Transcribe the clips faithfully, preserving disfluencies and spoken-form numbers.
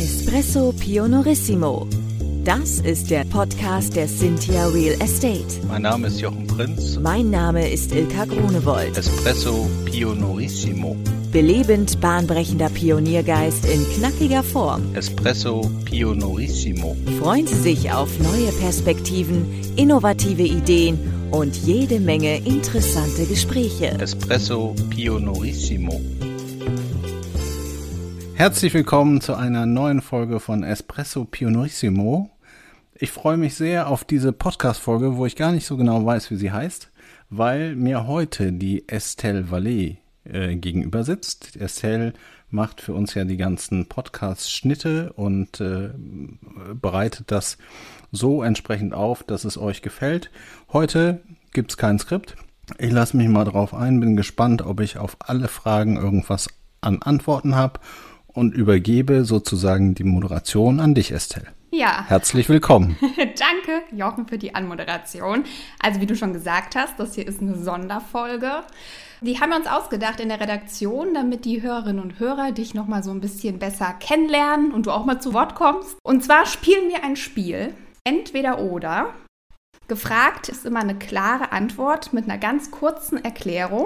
Espresso Pionorissimo. Das ist der Podcast der Cynthia Real Estate. Mein Name ist Jochen Prinz. Mein Name ist Ilka Grunewold. Espresso Pionorissimo. Belebend bahnbrechender Pioniergeist in knackiger Form. Espresso Pionorissimo. Freuen Sie sich auf neue Perspektiven, innovative Ideen und jede Menge interessante Gespräche. Espresso Pionorissimo. Herzlich willkommen zu einer neuen Folge von Espresso Pionorissimo. Ich freue mich sehr auf diese Podcast-Folge, wo ich gar nicht so genau weiß, wie sie heißt, weil mir heute die Estelle Vallée äh, gegenüber sitzt. Estelle macht für uns ja die ganzen Podcast-Schnitte und äh, bereitet das so entsprechend auf, dass es euch gefällt. Heute gibt's kein Skript. Ich lasse mich mal drauf ein, bin gespannt, ob ich auf alle Fragen irgendwas an Antworten habe. Und übergebe sozusagen die Moderation an dich, Estelle. Ja. Herzlich willkommen. Danke, Jochen, für die Anmoderation. Also wie du schon gesagt hast, das hier ist eine Sonderfolge. Die haben wir uns ausgedacht in der Redaktion, damit die Hörerinnen und Hörer dich nochmal so ein bisschen besser kennenlernen und du auch mal zu Wort kommst. Und zwar spielen wir ein Spiel, entweder oder. Gefragt ist immer eine klare Antwort mit einer ganz kurzen Erklärung.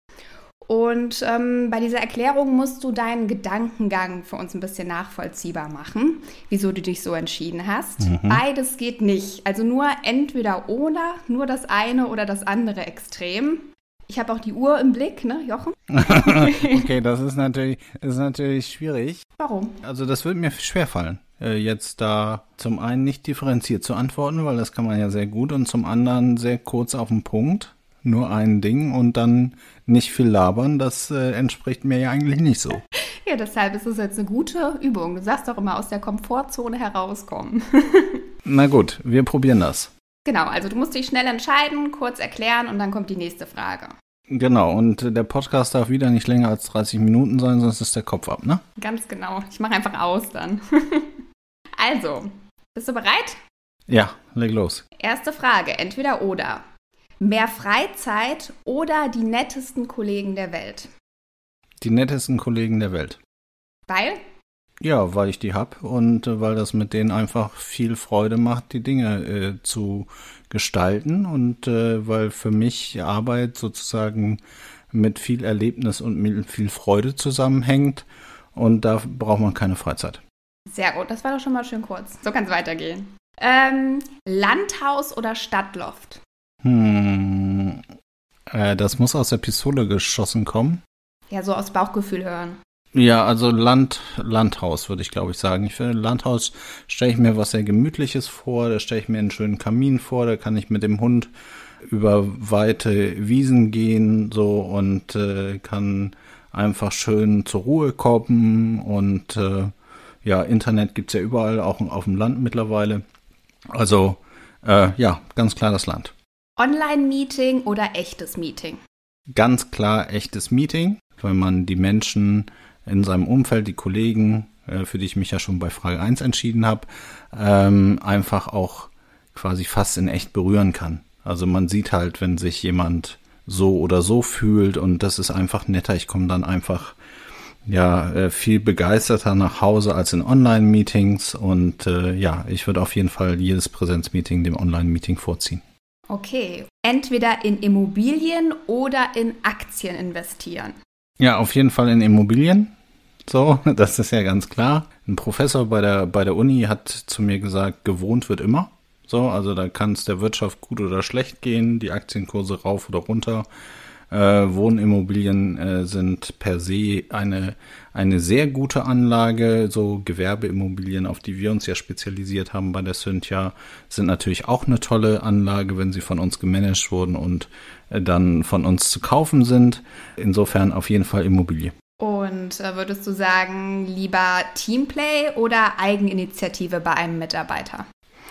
Und ähm, bei dieser Erklärung musst du deinen Gedankengang für uns ein bisschen nachvollziehbar machen, wieso du dich so entschieden hast. Mhm. Beides geht nicht, also nur entweder oder, nur das eine oder das andere Extrem. Ich habe auch die Uhr im Blick, ne, Jochen? Okay, das ist natürlich, ist natürlich schwierig. Warum? Also das wird mir schwerfallen, äh, jetzt da zum einen nicht differenziert zu antworten, weil das kann man ja sehr gut, und zum anderen sehr kurz auf den Punkt. Nur ein Ding und dann nicht viel labern, das äh, entspricht mir ja eigentlich nicht so. Ja, deshalb ist es jetzt eine gute Übung. Du sagst doch immer, aus der Komfortzone herauskommen. Na gut, wir probieren das. Genau, also du musst dich schnell entscheiden, kurz erklären und dann kommt die nächste Frage. Genau, und der Podcast darf wieder nicht länger als dreißig Minuten sein, sonst ist der Kopf ab, ne? Ganz genau, ich mache einfach aus dann. Also, bist du bereit? Ja, leg los. Erste Frage, entweder oder. Mehr Freizeit oder die nettesten Kollegen der Welt? Die nettesten Kollegen der Welt. Weil? Ja, weil ich die hab und äh, weil das mit denen einfach viel Freude macht, die Dinge äh, zu gestalten und äh, weil für mich Arbeit sozusagen mit viel Erlebnis und mit viel Freude zusammenhängt und da braucht man keine Freizeit. Sehr gut, das war doch schon mal schön kurz. So kann es weitergehen. Ähm, Landhaus oder Stadtloft? Hm, äh, das muss aus der Pistole geschossen kommen. Ja, so aus Bauchgefühl hören. Ja, also Land, Landhaus würde ich glaube ich sagen. Ich finde, Landhaus stelle ich mir was sehr Gemütliches vor, da stelle ich mir einen schönen Kamin vor, da kann ich mit dem Hund über weite Wiesen gehen so und äh, kann einfach schön zur Ruhe kommen und äh, ja, Internet gibt's ja überall, auch auf dem Land mittlerweile. Also äh, ja, ganz klar das Land. Online-Meeting oder echtes Meeting? Ganz klar echtes Meeting, weil man die Menschen in seinem Umfeld, die Kollegen, äh, für die ich mich ja schon bei Frage eins entschieden habe, ähm, einfach auch quasi fast in echt berühren kann. Also man sieht halt, wenn sich jemand so oder so fühlt und das ist einfach netter. Ich komme dann einfach ja äh, viel begeisterter nach Hause als in Online-Meetings und äh, ja, ich würde auf jeden Fall jedes Präsenzmeeting dem Online-Meeting vorziehen. Okay, entweder in Immobilien oder in Aktien investieren. Ja, auf jeden Fall in Immobilien. So, das ist ja ganz klar. Ein Professor bei der bei der Uni hat zu mir gesagt, gewohnt wird immer. So, also da kann es der Wirtschaft gut oder schlecht gehen, die Aktienkurse rauf oder runter. Äh, Wohnimmobilien äh, sind per se eine eine sehr gute Anlage. So Gewerbeimmobilien, auf die wir uns ja spezialisiert haben bei der Cynthia, sind natürlich auch eine tolle Anlage, wenn sie von uns gemanagt wurden und äh, dann von uns zu kaufen sind. Insofern auf jeden Fall Immobilie. Und äh, würdest du sagen, lieber Teamplay oder Eigeninitiative bei einem Mitarbeiter?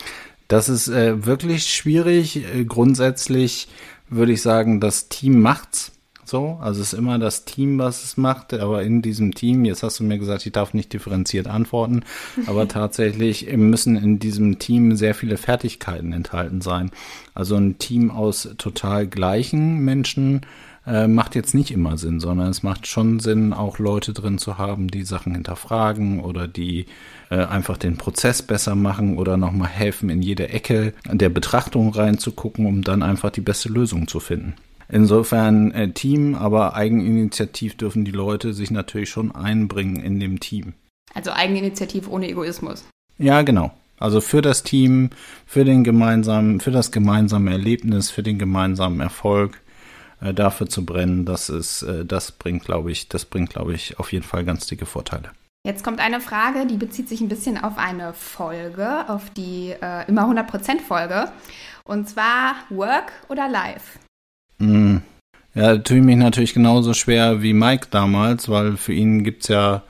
Das ist äh, wirklich schwierig. Äh, grundsätzlich würde ich sagen, das Team macht's. So, also es ist immer das Team, was es macht, aber in diesem Team, jetzt hast du mir gesagt, ich darf nicht differenziert antworten, aber tatsächlich müssen in diesem Team sehr viele Fertigkeiten enthalten sein. Also ein Team aus total gleichen Menschen äh, macht jetzt nicht immer Sinn, sondern es macht schon Sinn, auch Leute drin zu haben, die Sachen hinterfragen oder die äh, einfach den Prozess besser machen oder nochmal helfen, in jede Ecke der Betrachtung reinzugucken, um dann einfach die beste Lösung zu finden. Insofern äh, Team, aber eigeninitiativ dürfen die Leute sich natürlich schon einbringen in dem Team. Also Eigeninitiativ ohne Egoismus. Ja, genau. Also für das Team, für den gemeinsamen, für das gemeinsame Erlebnis, für den gemeinsamen Erfolg, äh, dafür zu brennen, das ist, äh, das bringt, glaube ich, das bringt, glaube ich, auf jeden Fall ganz dicke Vorteile. Jetzt kommt eine Frage, die bezieht sich ein bisschen auf eine Folge, auf die äh, immer hundert Prozent Folge. Und zwar Work oder Life? Mm. Ja, tue ich mich natürlich genauso schwer wie Mike damals, weil für ihn gibt's ja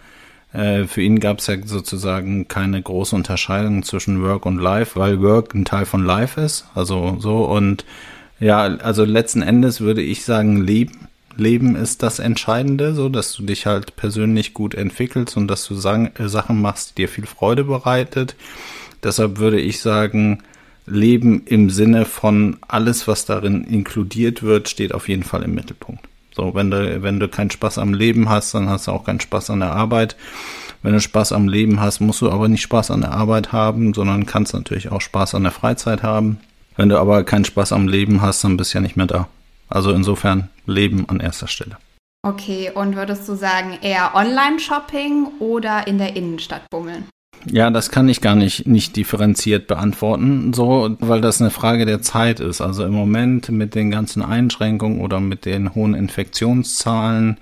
Für ihn gab es ja sozusagen keine große Unterscheidung zwischen Work und Life, weil Work ein Teil von Life ist. Also so und ja, also letzten Endes würde ich sagen, Leben. Leben ist das Entscheidende, so dass du dich halt persönlich gut entwickelst und dass du sagen, äh, Sachen machst, die dir viel Freude bereitet. Deshalb würde ich sagen, Leben im Sinne von alles, was darin inkludiert wird, steht auf jeden Fall im Mittelpunkt. So, wenn du, wenn du keinen Spaß am Leben hast, dann hast du auch keinen Spaß an der Arbeit. Wenn du Spaß am Leben hast, musst du aber nicht Spaß an der Arbeit haben, sondern kannst natürlich auch Spaß an der Freizeit haben. Wenn du aber keinen Spaß am Leben hast, dann bist du ja nicht mehr da. Also insofern Leben an erster Stelle. Okay, und würdest du sagen, eher Online-Shopping oder in der Innenstadt bummeln? Ja, das kann ich gar nicht, nicht differenziert beantworten, so, weil das eine Frage der Zeit ist. Also im Moment mit den ganzen Einschränkungen oder mit den hohen Infektionszahlen,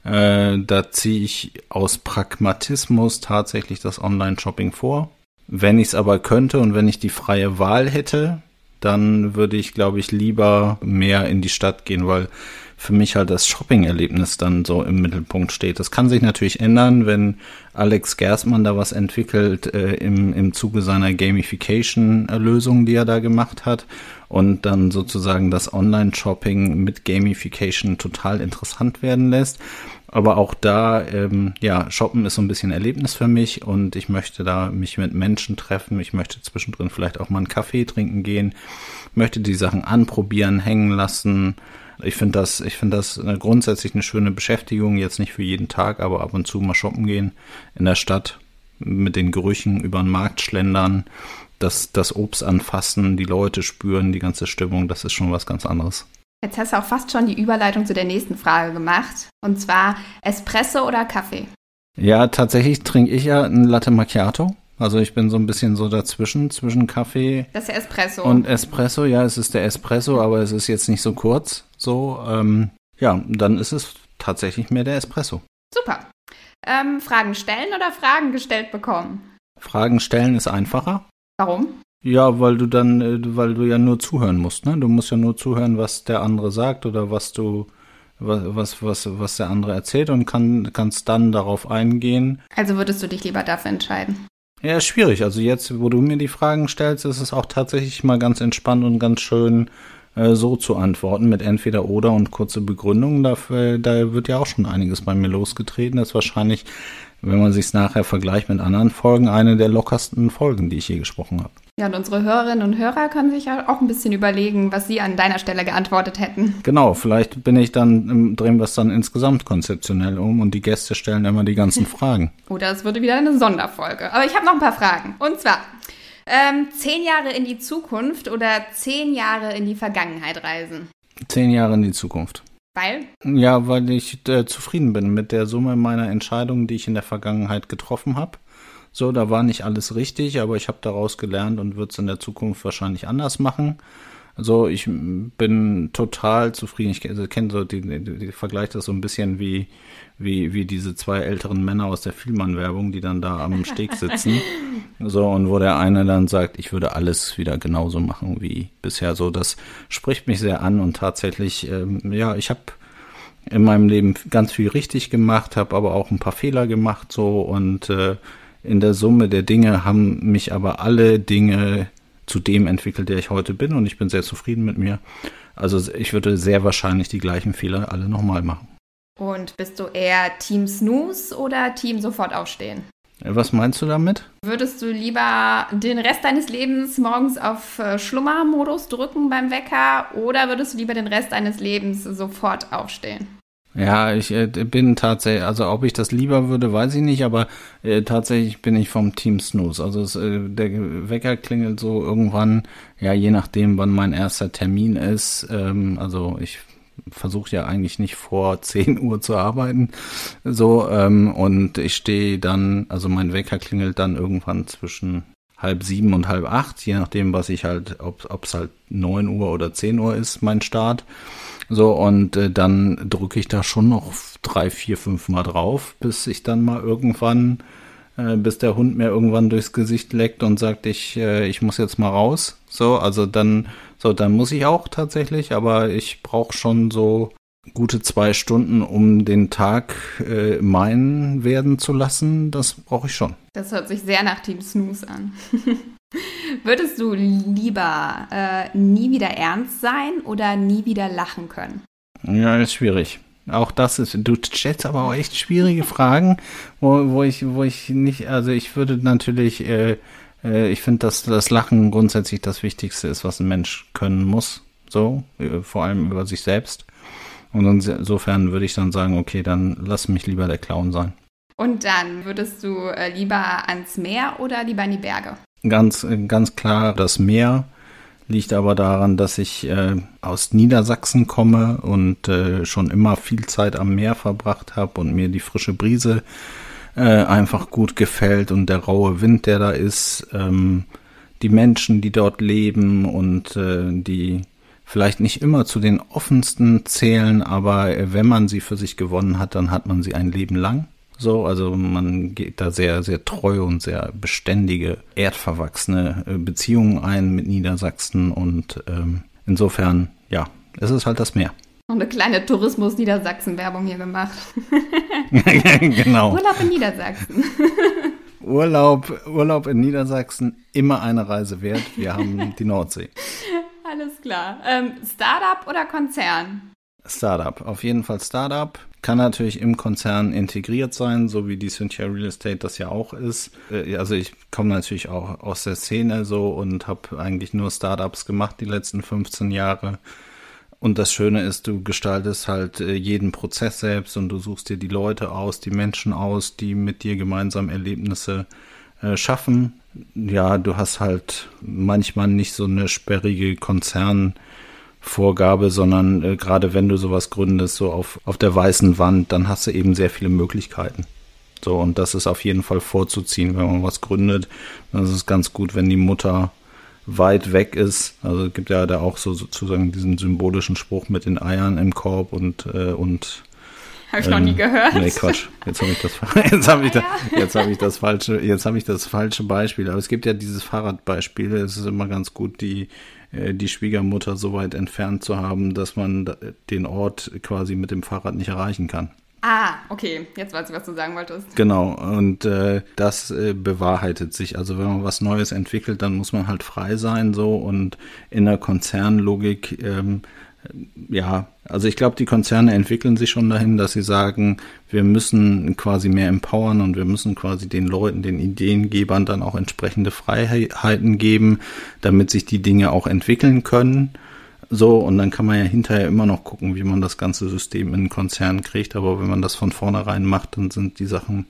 äh, da ziehe ich aus Pragmatismus tatsächlich das Online-Shopping vor. Wenn ich es aber könnte und wenn ich die freie Wahl hätte, dann würde ich, glaube ich, lieber mehr in die Stadt gehen, weil für mich halt das Shopping-Erlebnis dann so im Mittelpunkt steht. Das kann sich natürlich ändern, wenn Alex Gerstmann da was entwickelt äh, im, im Zuge seiner Gamification-Lösung, die er da gemacht hat und dann sozusagen das Online-Shopping mit Gamification total interessant werden lässt. Aber auch da, ähm, ja, Shoppen ist so ein bisschen Erlebnis für mich und ich möchte da mich mit Menschen treffen. Ich möchte zwischendrin vielleicht auch mal einen Kaffee trinken gehen, möchte die Sachen anprobieren, hängen lassen. Ich finde das, ich finde das eine, grundsätzlich eine schöne Beschäftigung, jetzt nicht für jeden Tag, aber ab und zu mal shoppen gehen in der Stadt mit den Gerüchen über den Markt schlendern, das, das Obst anfassen, die Leute spüren, die ganze Stimmung, das ist schon was ganz anderes. Jetzt hast du auch fast schon die Überleitung zu der nächsten Frage gemacht, und zwar Espresso oder Kaffee? Ja, tatsächlich trinke ich ja ein Latte Macchiato. Also ich bin so ein bisschen so dazwischen, zwischen Kaffee das ist der Espresso. Und Espresso. Ja, es ist der Espresso, aber es ist jetzt nicht so kurz. So, ähm, ja, dann ist es tatsächlich mehr der Espresso. Super. Ähm, Fragen stellen oder Fragen gestellt bekommen? Fragen stellen ist einfacher. Warum? Ja, weil du dann, weil du ja nur zuhören musst, ne? Du musst ja nur zuhören, was der andere sagt oder was du, was, was, was der andere erzählt und kann, kannst dann darauf eingehen. Also würdest du dich lieber dafür entscheiden? Ja, ist schwierig. Also jetzt, wo du mir die Fragen stellst, ist es auch tatsächlich mal ganz entspannt und ganz schön äh, so zu antworten mit entweder oder und kurze Begründungen. Dafür, da wird ja auch schon einiges bei mir losgetreten. Das ist wahrscheinlich, wenn man sich es nachher vergleicht mit anderen Folgen, eine der lockersten Folgen, die ich je gesprochen habe. Ja, und unsere Hörerinnen und Hörer können sich ja auch ein bisschen überlegen, was sie an deiner Stelle geantwortet hätten. Genau, vielleicht bin ich dann, drehen wir es dann insgesamt konzeptionell um und die Gäste stellen immer die ganzen Fragen. Oder es würde wieder eine Sonderfolge. Aber ich habe noch ein paar Fragen. Und zwar, ähm, zehn Jahre in die Zukunft oder zehn Jahre in die Vergangenheit reisen? Zehn Jahre in die Zukunft. Weil? Ja, weil ich äh, zufrieden bin mit der Summe meiner Entscheidungen, die ich in der Vergangenheit getroffen habe. So, da war nicht alles richtig, aber ich habe daraus gelernt und würde es in der Zukunft wahrscheinlich anders machen. Also ich bin total zufrieden. Ich also kenne so die, die, die vergleiche das so ein bisschen wie wie wie diese zwei älteren Männer aus der Vielmann-Werbung, die dann da am Steg sitzen. So, und wo der eine dann sagt, ich würde alles wieder genauso machen wie bisher. So, das spricht mich sehr an und tatsächlich, ähm, ja, ich habe in meinem Leben ganz viel richtig gemacht, habe aber auch ein paar Fehler gemacht so und äh, in der Summe der Dinge haben mich aber alle Dinge zu dem entwickelt, der ich heute bin und ich bin sehr zufrieden mit mir. Also ich würde sehr wahrscheinlich die gleichen Fehler alle nochmal machen. Und bist du eher Team Snooze oder Team sofort aufstehen? Was meinst du damit? Würdest du lieber den Rest deines Lebens morgens auf äh, Schlummermodus drücken beim Wecker oder würdest du lieber den Rest deines Lebens sofort aufstehen? Ja, ich äh, bin tatsächlich, also ob ich das lieber würde, weiß ich nicht, aber äh, tatsächlich bin ich vom Team Snooze. Also es, äh, der Wecker klingelt so irgendwann, ja, je nachdem, wann mein erster Termin ist. Ähm, also ich versuche ja eigentlich nicht vor zehn Uhr zu arbeiten, so, ähm, und ich stehe dann, also mein Wecker klingelt dann irgendwann zwischen halb sieben und halb acht, je nachdem, was ich halt, ob es halt neun Uhr oder zehn Uhr ist, mein Start. So, und äh, dann drücke ich da schon noch drei, vier, fünf Mal drauf, bis ich dann mal irgendwann, äh, bis der Hund mir irgendwann durchs Gesicht leckt und sagt, ich, äh, ich muss jetzt mal raus. So, also dann, so, dann muss ich auch tatsächlich, aber ich brauche schon so gute zwei Stunden, um den Tag äh, mein werden zu lassen. Das brauche ich schon. Das hört sich sehr nach Team Snooze an. Würdest du lieber äh, nie wieder ernst sein oder nie wieder lachen können? Ja, ist schwierig. Auch das ist, du stellst aber auch echt schwierige Fragen, wo, wo ich, wo ich nicht, also ich würde natürlich, äh, äh, ich finde, dass das Lachen grundsätzlich das Wichtigste ist, was ein Mensch können muss, so, äh, vor allem über sich selbst. Und insofern würde ich dann sagen, okay, dann lass mich lieber der Clown sein. Und dann würdest du äh, lieber ans Meer oder lieber in die Berge? Ganz, ganz klar, das Meer liegt aber daran, dass ich äh, aus Niedersachsen komme und äh, schon immer viel Zeit am Meer verbracht habe und mir die frische Brise äh, einfach gut gefällt und der raue Wind, der da ist, ähm, die Menschen, die dort leben und äh, die vielleicht nicht immer zu den offensten zählen, aber äh, wenn man sie für sich gewonnen hat, dann hat man sie ein Leben lang. So, also man geht da sehr, sehr treu und sehr beständige, erdverwachsene äh, Beziehungen ein mit Niedersachsen und ähm, insofern, ja, es ist halt das Meer. Noch eine kleine Tourismus-Niedersachsen-Werbung hier gemacht. Genau. Urlaub in Niedersachsen. Urlaub, Urlaub in Niedersachsen, immer eine Reise wert. Wir haben die Nordsee. Alles klar. Ähm, Startup oder Konzern? Startup, auf jeden Fall Startup. Kann natürlich im Konzern integriert sein, so wie die Cynthia Real Estate das ja auch ist. Also ich komme natürlich auch aus der Szene so und habe eigentlich nur Startups gemacht die letzten fünfzehn Jahre. Und das Schöne ist, du gestaltest halt jeden Prozess selbst und du suchst dir die Leute aus, die Menschen aus, die mit dir gemeinsam Erlebnisse äh, schaffen. Ja, du hast halt manchmal nicht so eine sperrige Konzern- Vorgabe, sondern äh, gerade wenn du sowas gründest, so auf, auf der weißen Wand, dann hast du eben sehr viele Möglichkeiten. So, und das ist auf jeden Fall vorzuziehen, wenn man was gründet. Dann ist es ganz gut, wenn die Mutter weit weg ist. Also es gibt ja da auch so sozusagen diesen symbolischen Spruch mit den Eiern im Korb und äh, und Habe ich ähm, noch nie gehört. Nee, Quatsch. Jetzt habe ich das jetzt habe ich da, jetzt habe ich das falsche jetzt habe ich das falsche Beispiel, aber es gibt ja dieses Fahrradbeispiel, es ist immer ganz gut, die die Schwiegermutter so weit entfernt zu haben, dass man den Ort quasi mit dem Fahrrad nicht erreichen kann. Ah, okay. Jetzt weiß ich, was du sagen wolltest. Genau. Und äh, das äh, bewahrheitet sich. Also wenn man was Neues entwickelt, dann muss man halt frei sein so. Und in der Konzernlogik, ähm, ja, also ich glaube, die Konzerne entwickeln sich schon dahin, dass sie sagen, wir müssen quasi mehr empowern und wir müssen quasi den Leuten, den Ideengebern dann auch entsprechende Freiheiten geben, damit sich die Dinge auch entwickeln können. So, und dann kann man ja hinterher immer noch gucken, wie man das ganze System in den Konzern kriegt. Aber wenn man das von vornherein macht, dann sind die Sachen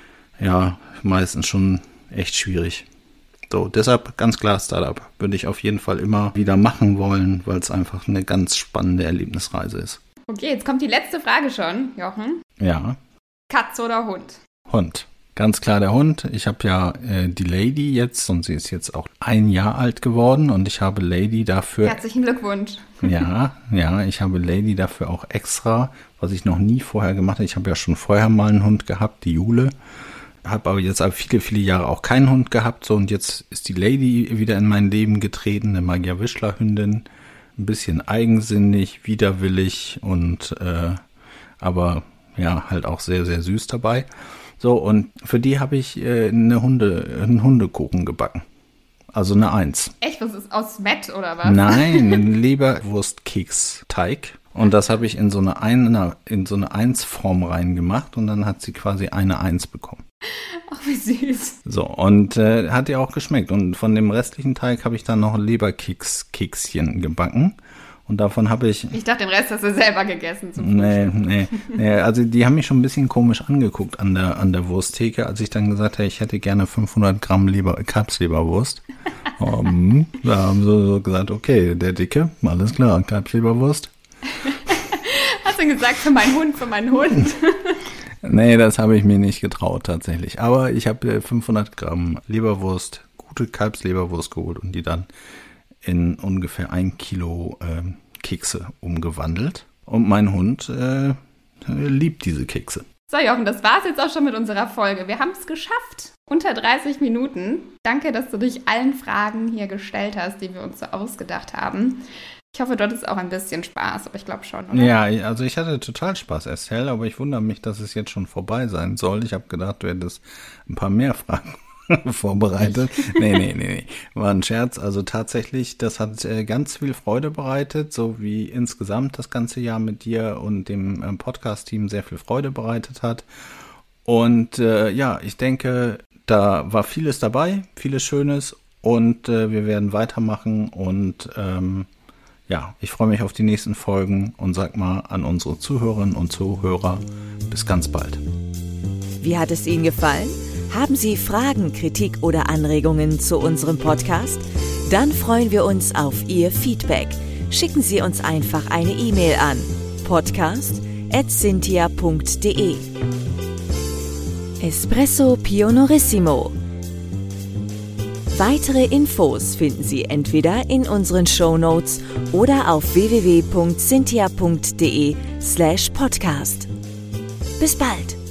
ja meistens schon echt schwierig. So, deshalb ganz klar Startup würde ich auf jeden Fall immer wieder machen wollen, weil es einfach eine ganz spannende Erlebnisreise ist. Okay, jetzt kommt die letzte Frage schon, Jochen. Ja. Katze oder Hund? Hund. Ganz klar der Hund. Ich habe ja äh, die Lady jetzt und sie ist jetzt auch ein Jahr alt geworden und ich habe Lady dafür... Herzlichen Glückwunsch. Ja, ja, ich habe Lady dafür auch extra, was ich noch nie vorher gemacht habe. Ich habe ja schon vorher mal einen Hund gehabt, die Jule. Habe aber jetzt viele, viele Jahre auch keinen Hund gehabt. So, und jetzt ist die Lady wieder in mein Leben getreten, eine Magyar-Wischler-Hündin. Ein bisschen eigensinnig, widerwillig und äh, aber ja, halt auch sehr, sehr süß dabei. So, und für die habe ich äh, eine Hunde, einen Hundekuchen gebacken. Also eine Eins. Echt? Was ist aus Met oder was? Nein, ein Leberwurstkeksteig. Und das habe ich in so eine, eine in so eine Eins-Form reingemacht und dann hat sie quasi eine Eins bekommen. Ach, wie süß. So, und äh, hat ja auch geschmeckt. Und von dem restlichen Teig habe ich dann noch Leberkeks-Kekschen gebacken. Und davon habe ich... Ich dachte, den Rest hast du selber gegessen zum Nee, nee, nee. Also die haben mich schon ein bisschen komisch angeguckt an der, an der Wursttheke, als ich dann gesagt habe, ich hätte gerne fünfhundert Gramm Leber, Kalbsleberwurst. um, da haben sie so gesagt, okay, der Dicke, alles klar, Kalbsleberwurst. Hast du gesagt, für meinen Hund, für meinen Hund? Nee, das habe ich mir nicht getraut tatsächlich. Aber ich habe fünfhundert Gramm Leberwurst, gute Kalbsleberwurst geholt und die dann in ungefähr ein Kilo äh, Kekse umgewandelt. Und mein Hund äh, liebt diese Kekse. So, Jochen, das war's jetzt auch schon mit unserer Folge. Wir haben es geschafft. Unter dreißig Minuten. Danke, dass du dich allen Fragen hier gestellt hast, die wir uns so ausgedacht haben. Ich hoffe, dort ist auch ein bisschen Spaß, aber ich glaube schon, oder? Ja, also ich hatte total Spaß, Estelle, aber ich wundere mich, dass es jetzt schon vorbei sein soll. Ich habe gedacht, du hättest ein paar mehr Fragen vorbereitet. Nee, nee, nee, nee. War ein Scherz. Also tatsächlich, das hat äh, ganz viel Freude bereitet, so wie insgesamt das ganze Jahr mit dir und dem ähm, Podcast-Team sehr viel Freude bereitet hat. Und äh, ja, ich denke, da war vieles dabei, vieles Schönes und äh, wir werden weitermachen und ähm, ja, ich freue mich auf die nächsten Folgen und sag mal an unsere Zuhörerinnen und Zuhörer, bis ganz bald. Wie hat es Ihnen gefallen? Haben Sie Fragen, Kritik oder Anregungen zu unserem Podcast? Dann freuen wir uns auf Ihr Feedback. Schicken Sie uns einfach eine E-Mail an podcast at cynthia punkt de. Espresso Pionorissimo. Weitere Infos finden Sie entweder in unseren Shownotes oder auf w w w punkt cynthia punkt de slash podcast. Bis bald!